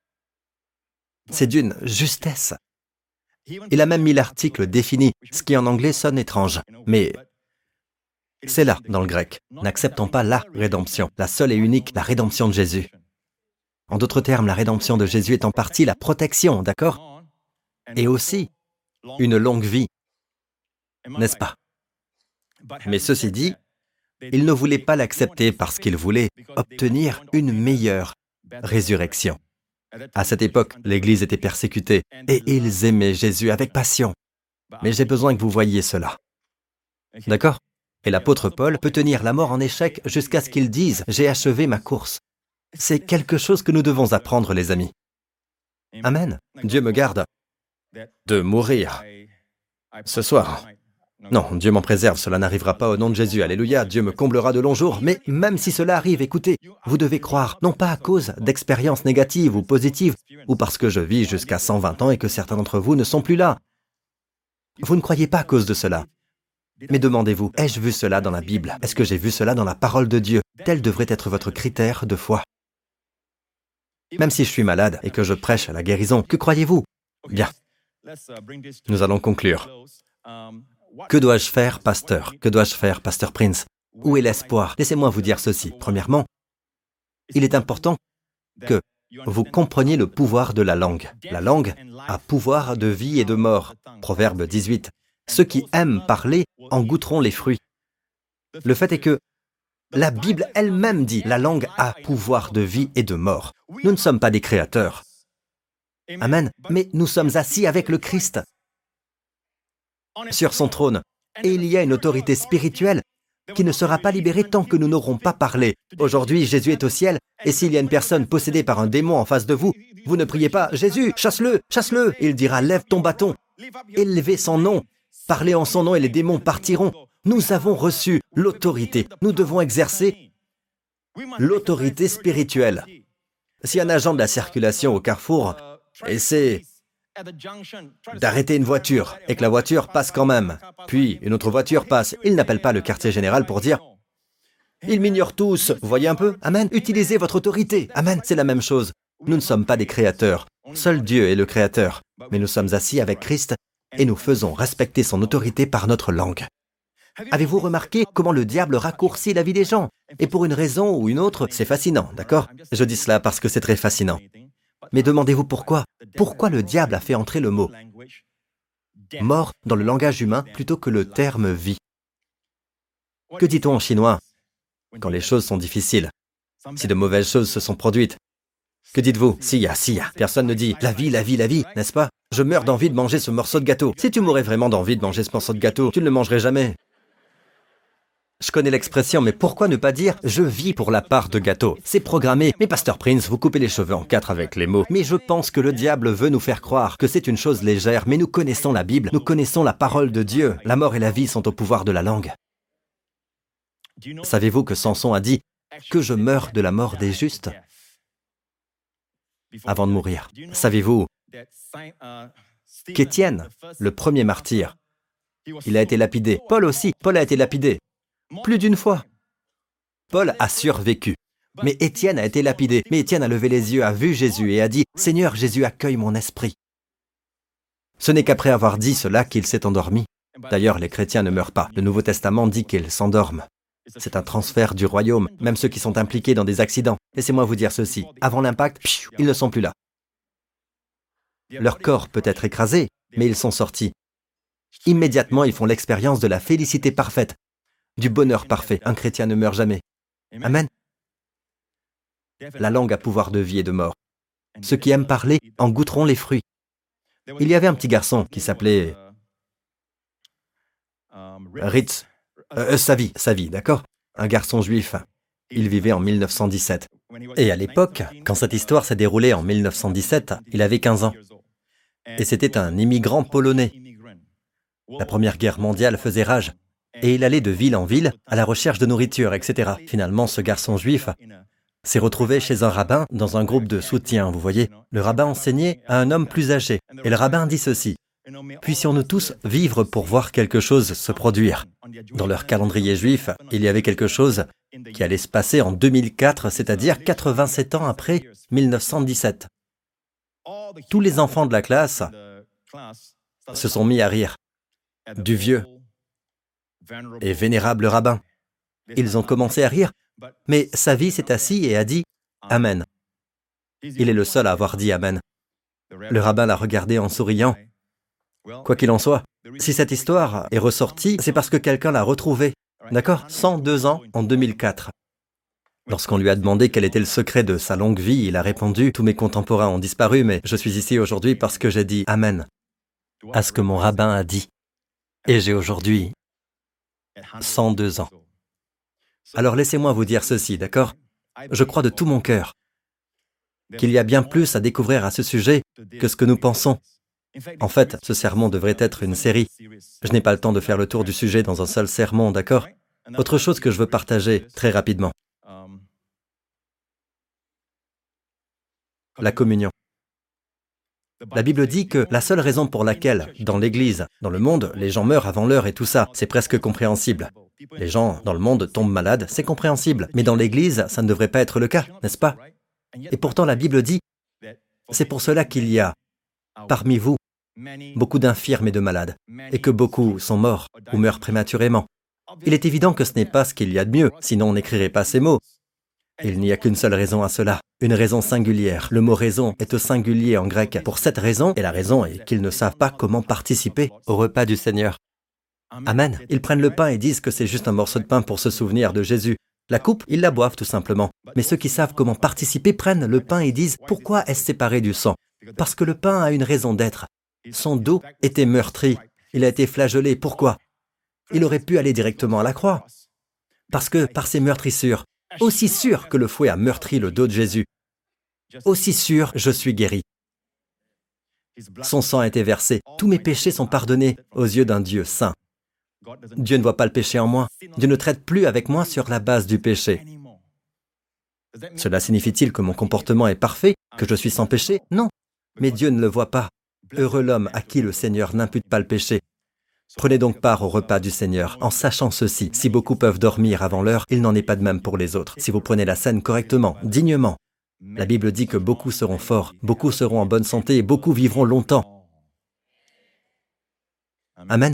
C'est d'une justesse. Il a même mis l'article défini, ce qui en anglais sonne étrange. Mais c'est là, dans le grec. N'acceptons pas la rédemption, la seule et unique, la rédemption de Jésus. En d'autres termes, la rédemption de Jésus est en partie la protection, d'accord? Et aussi, une longue vie, n'est-ce pas? Mais ceci dit, il ne voulait pas l'accepter parce qu'il voulait obtenir une meilleure résurrection. À cette époque, l'Église était persécutée et ils aimaient Jésus avec passion. Mais j'ai besoin que vous voyiez cela. D'accord? Et l'apôtre Paul peut tenir la mort en échec jusqu'à ce qu'il dise « J'ai achevé ma course ». C'est quelque chose que nous devons apprendre, les amis. Amen. Dieu me garde de mourir ce soir. Non, Dieu m'en préserve, cela n'arrivera pas au nom de Jésus. Alléluia, Dieu me comblera de longs jours. Mais même si cela arrive, écoutez, vous devez croire, non pas à cause d'expériences négatives ou positives, ou parce que je vis jusqu'à cent vingt ans et que certains d'entre vous ne sont plus là. Vous ne croyez pas à cause de cela. Mais demandez-vous, ai-je vu cela dans la Bible? Est-ce que j'ai vu cela dans la parole de Dieu? Tel devrait être votre critère de foi. Même si je suis malade et que je prêche la guérison, que croyez-vous? Bien, nous allons conclure. Que dois-je faire, pasteur? Que dois-je faire, pasteur Prince? Où est l'espoir? Laissez-moi vous dire ceci. Premièrement, il est important que vous compreniez le pouvoir de la langue. La langue a pouvoir de vie et de mort. Proverbe dix-huit. Ceux qui aiment parler en goûteront les fruits. Le fait est que la Bible elle-même dit la langue a pouvoir de vie et de mort. Nous ne sommes pas des créateurs. Amen. Mais nous sommes assis avec le Christ sur son trône. Et il y a une autorité spirituelle qui ne sera pas libérée tant que nous n'aurons pas parlé. Aujourd'hui, Jésus est au ciel, et s'il y a une personne possédée par un démon en face de vous, vous ne priez pas « Jésus, chasse-le, chasse-le » Il dira « Lève ton bâton, élevez son nom, parlez en son nom et les démons partiront. » Nous avons reçu l'autorité. Nous devons exercer l'autorité spirituelle. Si un agent de la circulation au carrefour essaie d'arrêter une voiture et que la voiture passe quand même, puis une autre voiture passe, il n'appelle pas le quartier général pour dire « Ils m'ignorent tous ». Vous voyez un peu? Amen. Utilisez votre autorité. Amen. C'est la même chose. Nous ne sommes pas des créateurs. Seul Dieu est le créateur. Mais nous sommes assis avec Christ et nous faisons respecter son autorité par notre langue. Avez-vous remarqué comment le diable raccourcit la vie des gens? Et pour une raison ou une autre, c'est fascinant, d'accord? Je dis cela parce que c'est très fascinant. Mais demandez-vous pourquoi? Pourquoi le diable a fait entrer le mot « mort » dans le langage humain plutôt que le terme « vie » ? Que dit-on en chinois quand les choses sont difficiles? Si de mauvaises choses se sont produites, que dites-vous? Siya, siya. Personne ne dit « la vie, la vie, la vie », n'est-ce pas? Je meurs d'envie de manger ce morceau de gâteau. Si tu mourais vraiment d'envie de manger ce morceau de gâteau, tu ne le mangerais jamais. Je connais l'expression, mais pourquoi ne pas dire « je vis pour la part de gâteau ». C'est programmé. Mais Pasteur Prince, vous coupez les cheveux en quatre avec les mots. Mais je pense que le diable veut nous faire croire que c'est une chose légère, mais nous connaissons la Bible, nous connaissons la parole de Dieu. La mort et la vie sont au pouvoir de la langue. Savez-vous que Samson a dit « que je meure de la mort des justes » avant de mourir? Savez-vous qu'Étienne, le premier martyr, il a été lapidé. Paul aussi, Paul a été lapidé. Plus d'une fois. Paul a survécu. Mais Étienne a été lapidé. Mais Étienne a levé les yeux, a vu Jésus et a dit « Seigneur, Jésus, accueille mon esprit ». Ce n'est qu'après avoir dit cela qu'il s'est endormi. D'ailleurs, les chrétiens ne meurent pas. Le Nouveau Testament dit qu'ils s'endorment. C'est un transfert du royaume, même ceux qui sont impliqués dans des accidents. Laissez-moi vous dire ceci. Avant l'impact, ils ne sont plus là. Leur corps peut être écrasé, mais ils sont sortis. Immédiatement, ils font l'expérience de la félicité parfaite, du bonheur parfait. Un chrétien ne meurt jamais. Amen. La langue a pouvoir de vie et de mort. Ceux qui aiment parler en goûteront les fruits. Il y avait un petit garçon qui s'appelait Ritz, euh, Savi, Savi, d'accord? Un garçon juif. Il vivait en mille neuf cent dix-sept. Et à l'époque, quand cette histoire s'est déroulée en mille neuf cent dix-sept, il avait quinze ans. Et c'était un immigrant polonais. La Première Guerre mondiale faisait rage, et il allait de ville en ville à la recherche de nourriture, et cetera. Finalement, ce garçon juif s'est retrouvé chez un rabbin dans un groupe de soutien, vous voyez. Le rabbin enseignait à un homme plus âgé, et le rabbin dit ceci: « Puissions-nous tous vivre pour voir quelque chose se produire. » Dans leur calendrier juif, il y avait quelque chose qui allait se passer en deux mille quatre, c'est-à-dire quatre-vingt-sept ans après mille neuf cent dix-sept. Tous les enfants de la classe se sont mis à rire du vieux et vénérable rabbin. Ils ont commencé à rire, mais sa vie s'est assis et a dit « Amen ». Il est le seul à avoir dit « Amen ». Le rabbin l'a regardé en souriant. Quoi qu'il en soit, si cette histoire est ressortie, c'est parce que quelqu'un l'a retrouvée. D'accord ? cent deux ans en deux mille quatre. Lorsqu'on lui a demandé quel était le secret de sa longue vie, il a répondu « Tous mes contemporains ont disparu, mais je suis ici aujourd'hui parce que j'ai dit Amen à ce que mon rabbin a dit. Et j'ai aujourd'hui cent deux ans. » Alors laissez-moi vous dire ceci, d'accord ? Je crois de tout mon cœur qu'il y a bien plus à découvrir à ce sujet que ce que nous pensons. En fait, ce sermon devrait être une série. Je n'ai pas le temps de faire le tour du sujet dans un seul sermon, d'accord ? Autre chose que je veux partager très rapidement. La communion. La Bible dit que la seule raison pour laquelle, dans l'Église, dans le monde, les gens meurent avant l'heure et tout ça, c'est presque compréhensible. Les gens dans le monde tombent malades, c'est compréhensible. Mais dans l'Église, ça ne devrait pas être le cas, n'est-ce pas ? Et pourtant, la Bible dit, c'est pour cela qu'il y a, parmi vous, beaucoup d'infirmes et de malades, et que beaucoup sont morts ou meurent prématurément. Il est évident que ce n'est pas ce qu'il y a de mieux, sinon on n'écrirait pas ces mots. Il n'y a qu'une seule raison à cela, une raison singulière. Le mot « raison » est au singulier en grec. Pour cette raison, et la raison est qu'ils ne savent pas comment participer au repas du Seigneur. Amen. Ils prennent le pain et disent que c'est juste un morceau de pain pour se souvenir de Jésus. La coupe, ils la boivent tout simplement. Mais ceux qui savent comment participer prennent le pain et disent « Pourquoi est-ce séparé du sang ?» Parce que le pain a une raison d'être. Son dos était meurtri. Il a été flagellé. Pourquoi ? Il aurait pu aller directement à la croix. Parce que, par ses meurtrissures, aussi sûr que le fouet a meurtri le dos de Jésus, aussi sûr je suis guéri. Son sang a été versé. Tous mes péchés sont pardonnés aux yeux d'un Dieu saint. Dieu ne voit pas le péché en moi. Dieu ne traite plus avec moi sur la base du péché. Cela signifie-t-il que mon comportement est parfait, que je suis sans péché? Non. Mais Dieu ne le voit pas. Heureux l'homme à qui le Seigneur n'impute pas le péché. Prenez donc part au repas du Seigneur, en sachant ceci. Si beaucoup peuvent dormir avant l'heure, il n'en est pas de même pour les autres. Si vous prenez la scène correctement, dignement, la Bible dit que beaucoup seront forts, beaucoup seront en bonne santé et beaucoup vivront longtemps. Amen.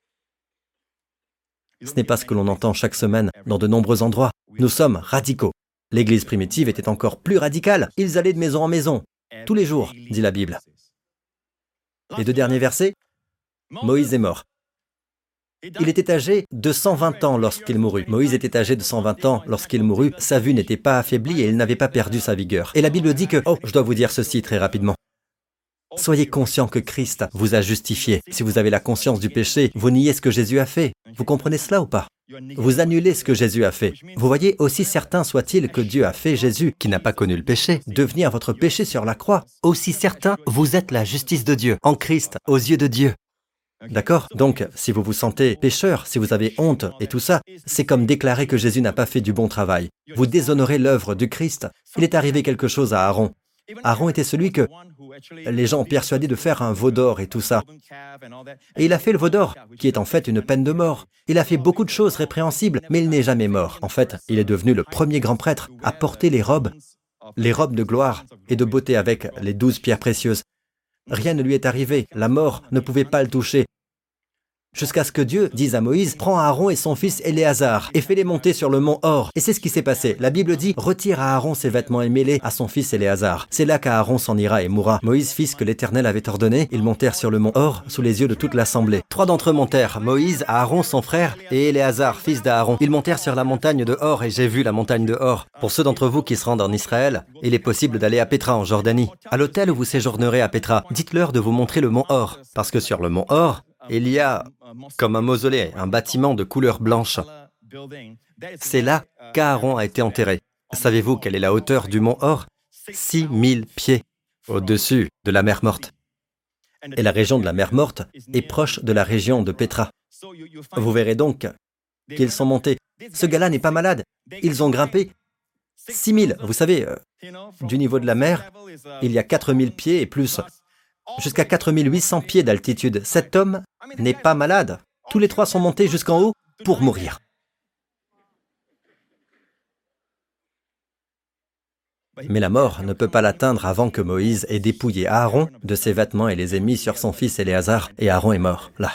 Ce n'est pas ce que l'on entend chaque semaine dans de nombreux endroits. Nous sommes radicaux. L'Église primitive était encore plus radicale. Ils allaient de maison en maison, tous les jours, dit la Bible. Les deux derniers versets, Moïse est mort. Il était âgé de cent vingt ans lorsqu'il mourut. Moïse était âgé de cent vingt ans lorsqu'il mourut. Sa vue n'était pas affaiblie et il n'avait pas perdu sa vigueur. Et la Bible dit que, oh, je dois vous dire ceci très rapidement. Soyez conscient que Christ vous a justifié. Si vous avez la conscience du péché, vous niez ce que Jésus a fait. Vous comprenez cela ou pas? Vous annulez ce que Jésus a fait. Vous voyez, aussi certain soit-il que Dieu a fait Jésus, qui n'a pas connu le péché, devenir votre péché sur la croix. Aussi certain, vous êtes la justice de Dieu, en Christ, aux yeux de Dieu. D'accord? Donc, si vous vous sentez pécheur, si vous avez honte et tout ça, c'est comme déclarer que Jésus n'a pas fait du bon travail. Vous déshonorez l'œuvre du Christ. Il est arrivé quelque chose à Aaron. Aaron était celui que les gens ont persuadé de faire un veau d'or et tout ça. Et il a fait le veau d'or, qui est en fait une peine de mort. Il a fait beaucoup de choses répréhensibles, mais il n'est jamais mort. En fait, il est devenu le premier grand prêtre à porter les robes, les robes de gloire et de beauté avec les douze pierres précieuses. Rien ne lui est arrivé, la mort ne pouvait pas le toucher. Jusqu'à ce que Dieu dise à Moïse, prends Aaron et son fils Éléazar et fais-les monter sur le mont Hor. Et c'est ce qui s'est passé. La Bible dit, retire à Aaron ses vêtements et mets-les à son fils Éléazar. C'est là qu'Aaron s'en ira et mourra. Moïse fit ce que l'Éternel avait ordonné. Ils montèrent sur le mont Hor sous les yeux de toute l'assemblée. Trois d'entre eux montèrent, Moïse, Aaron son frère et Éléazar, fils d'Aaron. Ils montèrent sur la montagne de Hor et j'ai vu la montagne de Hor. Pour ceux d'entre vous qui se rendent en Israël, il est possible d'aller à Pétra en Jordanie. À l'hôtel où vous séjournerez à Pétra, dites-leur de vous montrer le mont Hor. Parce que sur le mont Hor, il y a comme un mausolée, un bâtiment de couleur blanche. C'est là qu'Aaron a été enterré. Savez-vous quelle est la hauteur du mont Hor? Six mille pieds au-dessus de la mer Morte. Et la région de la mer Morte est proche de la région de Pétra. Vous verrez donc qu'ils sont montés. Ce gars-là n'est pas malade. Ils ont grimpé six mille, vous savez, euh, du niveau de la mer, il y a quatre mille pieds et plus, jusqu'à quatre mille huit cents pieds d'altitude. Cet homme n'est pas malade. Tous les trois sont montés jusqu'en haut pour mourir. Mais la mort ne peut pas l'atteindre avant que Moïse ait dépouillé Aaron de ses vêtements et les ait mis sur son fils Éléazar, et Aaron est mort, là.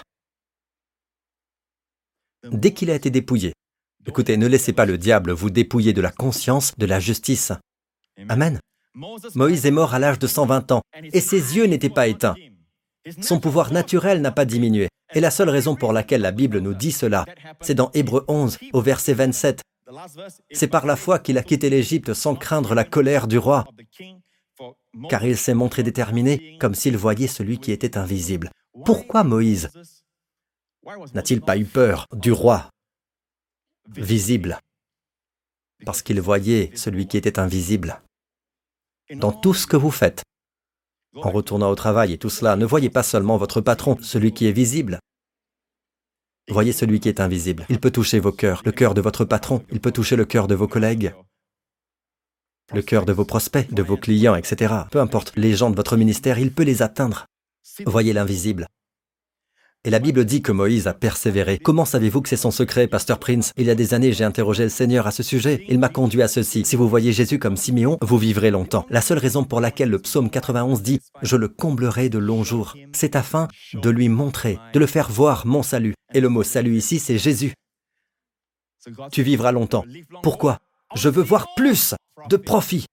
Dès qu'il a été dépouillé, écoutez, ne laissez pas le diable vous dépouiller de la conscience, de la justice. Amen. Moïse est mort à l'âge de cent vingt ans, et ses yeux n'étaient pas éteints. Son pouvoir naturel n'a pas diminué. Et la seule raison pour laquelle la Bible nous dit cela, c'est dans Hébreux onze, au verset vingt-sept. C'est par la foi qu'il a quitté l'Égypte sans craindre la colère du roi, car il s'est montré déterminé comme s'il voyait celui qui était invisible. Pourquoi Moïse n'a-t-il pas eu peur du roi visible? Parce qu'il voyait celui qui était invisible. Dans tout ce que vous faites, en retournant au travail et tout cela, ne voyez pas seulement votre patron, celui qui est visible. Voyez celui qui est invisible. Il peut toucher vos cœurs, le cœur de votre patron, il peut toucher le cœur de vos collègues, le cœur de vos prospects, de vos clients, et cetera. Peu importe, les gens de votre ministère, il peut les atteindre. Voyez l'invisible. Et la Bible dit que Moïse a persévéré. Comment savez-vous que c'est son secret, Pasteur Prince? Il y a des années, j'ai interrogé le Seigneur à ce sujet. Il m'a conduit à ceci. Si vous voyez Jésus comme Siméon, vous vivrez longtemps. La seule raison pour laquelle le psaume quatre-vingt-onze dit « Je le comblerai de longs jours », c'est afin de lui montrer, de le faire voir mon salut. Et le mot salut ici, c'est Jésus. Tu vivras longtemps. Pourquoi? Je veux voir plus de profit.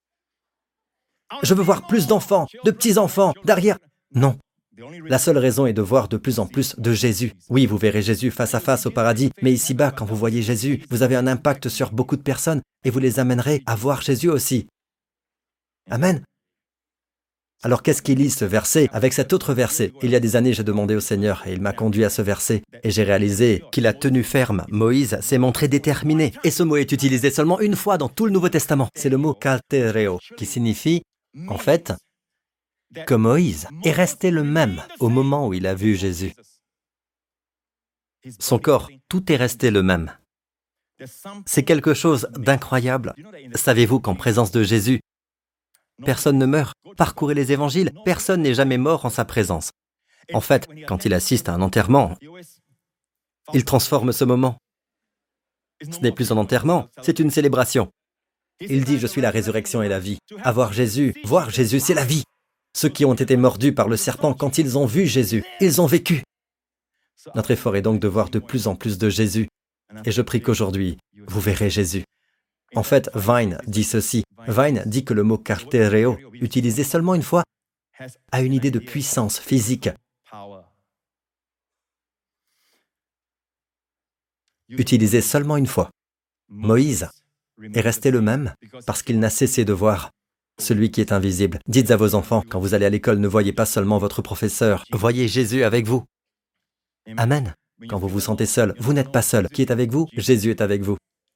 Je veux voir plus d'enfants, de petits-enfants, d'arrière. Non. La seule raison est de voir de plus en plus de Jésus. Oui, vous verrez Jésus face à face au paradis, mais ici-bas, quand vous voyez Jésus, vous avez un impact sur beaucoup de personnes et vous les amènerez à voir Jésus aussi. Amen. Alors qu'est-ce qu'il lit ce verset avec cet autre verset? Il y a des années, j'ai demandé au Seigneur et il m'a conduit à ce verset et j'ai réalisé qu'il a tenu ferme. Moïse s'est montré déterminé et ce mot est utilisé seulement une fois dans tout le Nouveau Testament. C'est le mot kaltereo qui signifie, en fait, que Moïse est resté le même au moment où il a vu Jésus. Son corps, tout est resté le même. C'est quelque chose d'incroyable. Savez-vous qu'en présence de Jésus, personne ne meurt? Parcourez les évangiles, personne n'est jamais mort en sa présence. En fait, quand il assiste à un enterrement, il transforme ce moment. Ce n'est plus un enterrement, c'est une célébration. Il dit « Je suis la résurrection et la vie ». Avoir Jésus, voir Jésus, c'est la vie. Ceux qui ont été mordus par le serpent, quand ils ont vu Jésus, ils ont vécu. Notre effort est donc de voir de plus en plus de Jésus. Et je prie qu'aujourd'hui, vous verrez Jésus. En fait, Vine dit ceci. Vine dit que le mot kaltereo, utilisé seulement une fois, a une idée de puissance physique. Utilisé seulement une fois. Moïse est resté le même parce qu'il n'a cessé de voir celui qui est invisible. Dites à vos enfants, quand vous allez à l'école, ne voyez pas seulement votre professeur, voyez Jésus avec vous. Amen. Quand vous vous sentez seul, vous n'êtes pas seul. Qui est avec vous? Jésus est avec vous.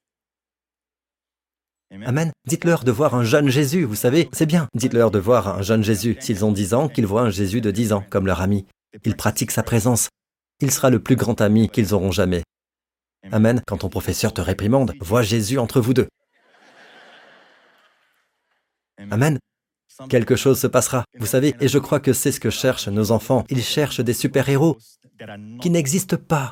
Amen. Dites-leur de voir un jeune Jésus, vous savez, c'est bien. Dites-leur de voir un jeune Jésus. S'ils ont dix ans, qu'ils voient un Jésus de dix ans, comme leur ami. Ils pratiquent sa présence. Il sera le plus grand ami qu'ils auront jamais. Amen. Quand ton professeur te réprimande, vois Jésus entre vous deux. Amen. Quelque chose se passera, vous savez, et je crois que c'est ce que cherchent nos enfants. Ils cherchent des super-héros qui n'existent pas.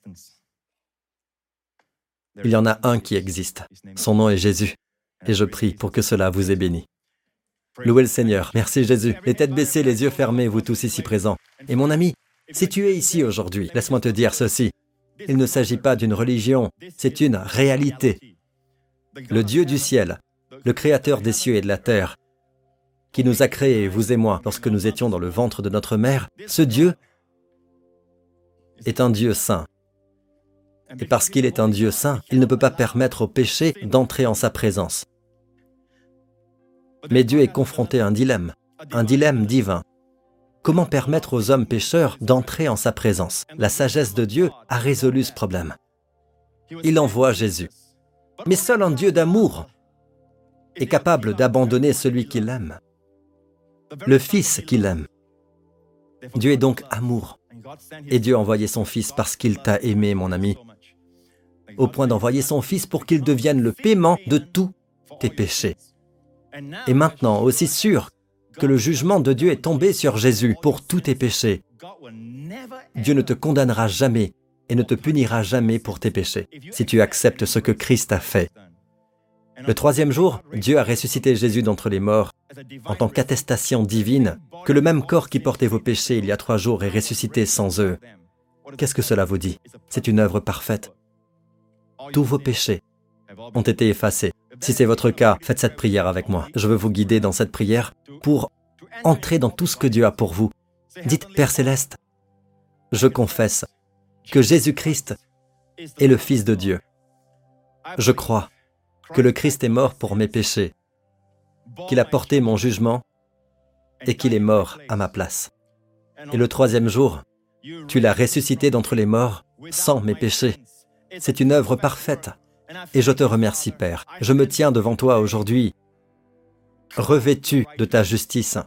Il y en a un qui existe. Son nom est Jésus. Et je prie pour que cela vous ait béni. Louez le Seigneur. Merci Jésus. Les têtes baissées, les yeux fermés, vous tous ici présents. Et mon ami, si tu es ici aujourd'hui, laisse-moi te dire ceci. Il ne s'agit pas d'une religion, c'est une réalité. Le Dieu du ciel, le Créateur des cieux et de la terre, qui nous a créés, vous et moi, lorsque nous étions dans le ventre de notre mère, ce Dieu est un Dieu saint. Et parce qu'il est un Dieu saint, il ne peut pas permettre au péché d'entrer en sa présence. Mais Dieu est confronté à un dilemme, un dilemme divin. Comment permettre aux hommes pécheurs d'entrer en sa présence? La sagesse de Dieu a résolu ce problème. Il envoie Jésus. Mais seul un Dieu d'amour est capable d'abandonner celui qu'il aime, le Fils qu'il aime. Dieu est donc amour. Et Dieu a envoyé son Fils parce qu'il t'a aimé, mon ami, au point d'envoyer son Fils pour qu'il devienne le paiement de tous tes péchés. Et maintenant, aussi sûr que le jugement de Dieu est tombé sur Jésus pour tous tes péchés, Dieu ne te condamnera jamais et ne te punira jamais pour tes péchés, si tu acceptes ce que Christ a fait. Le troisième jour, Dieu a ressuscité Jésus d'entre les morts en tant qu'attestation divine que le même corps qui portait vos péchés il y a trois jours est ressuscité sans eux. Qu'est-ce que cela vous dit? C'est une œuvre parfaite. Tous vos péchés ont été effacés. Si c'est votre cas, faites cette prière avec moi. Je veux vous guider dans cette prière pour entrer dans tout ce que Dieu a pour vous. Dites, Père Céleste, je confesse que Jésus-Christ est le Fils de Dieu. Je crois que le Christ est mort pour mes péchés, qu'il a porté mon jugement et qu'il est mort à ma place. Et le troisième jour, tu l'as ressuscité d'entre les morts sans mes péchés. C'est une œuvre parfaite. Et je te remercie, Père. Je me tiens devant toi aujourd'hui, revêtu de ta justice.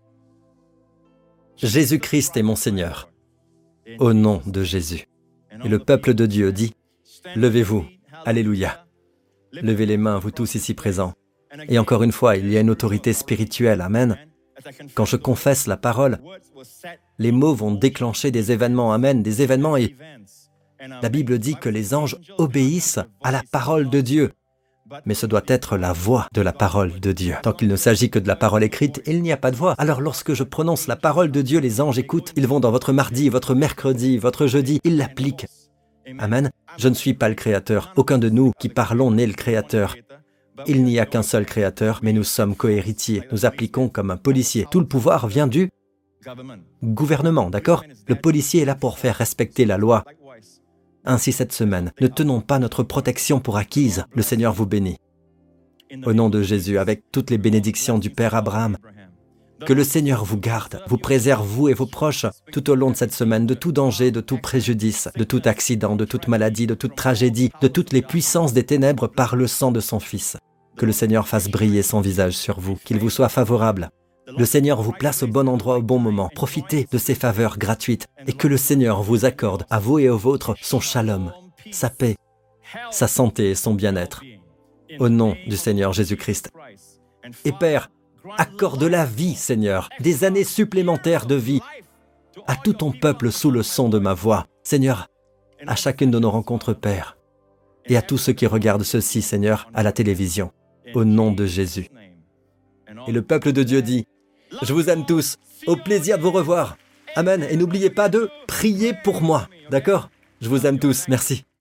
Jésus-Christ est mon Seigneur. Au nom de Jésus. Et le peuple de Dieu dit, levez-vous, alléluia. Levez les mains, vous tous ici présents. Et encore une fois, il y a une autorité spirituelle, amen. Quand je confesse la parole, les mots vont déclencher des événements, amen, des événements et la Bible dit que les anges obéissent à la parole de Dieu. Mais ce doit être la voix de la parole de Dieu. Tant qu'il ne s'agit que de la parole écrite, il n'y a pas de voix. Alors lorsque je prononce la parole de Dieu, les anges écoutent. Ils vont dans votre mardi, votre mercredi, votre jeudi. Ils l'appliquent. Amen. Je ne suis pas le Créateur. Aucun de nous qui parlons n'est le Créateur. Il n'y a qu'un seul Créateur, mais nous sommes cohéritiers. Nous appliquons comme un policier. Tout le pouvoir vient du gouvernement, d'accord? Le policier est là pour faire respecter la loi. Ainsi cette semaine, ne tenons pas notre protection pour acquise. Le Seigneur vous bénit. Au nom de Jésus, avec toutes les bénédictions du Père Abraham, que le Seigneur vous garde, vous préserve, vous et vos proches, tout au long de cette semaine, de tout danger, de tout préjudice, de tout accident, de toute maladie, de toute tragédie, de toutes les puissances des ténèbres par le sang de son Fils. Que le Seigneur fasse briller son visage sur vous, qu'il vous soit favorable. Le Seigneur vous place au bon endroit au bon moment. Profitez de ses faveurs gratuites et que le Seigneur vous accorde, à vous et aux vôtres, son shalom, sa paix, sa santé et son bien-être. Au nom du Seigneur Jésus-Christ. Et Père, accorde la vie, Seigneur, des années supplémentaires de vie à tout ton peuple sous le son de ma voix. Seigneur, à chacune de nos rencontres, Père, et à tous ceux qui regardent ceci, Seigneur, à la télévision. Au nom de Jésus. Et le peuple de Dieu dit, « Je vous aime tous, au plaisir de vous revoir. Amen. Et n'oubliez pas de prier pour moi, d'accord? Je vous aime tous, merci.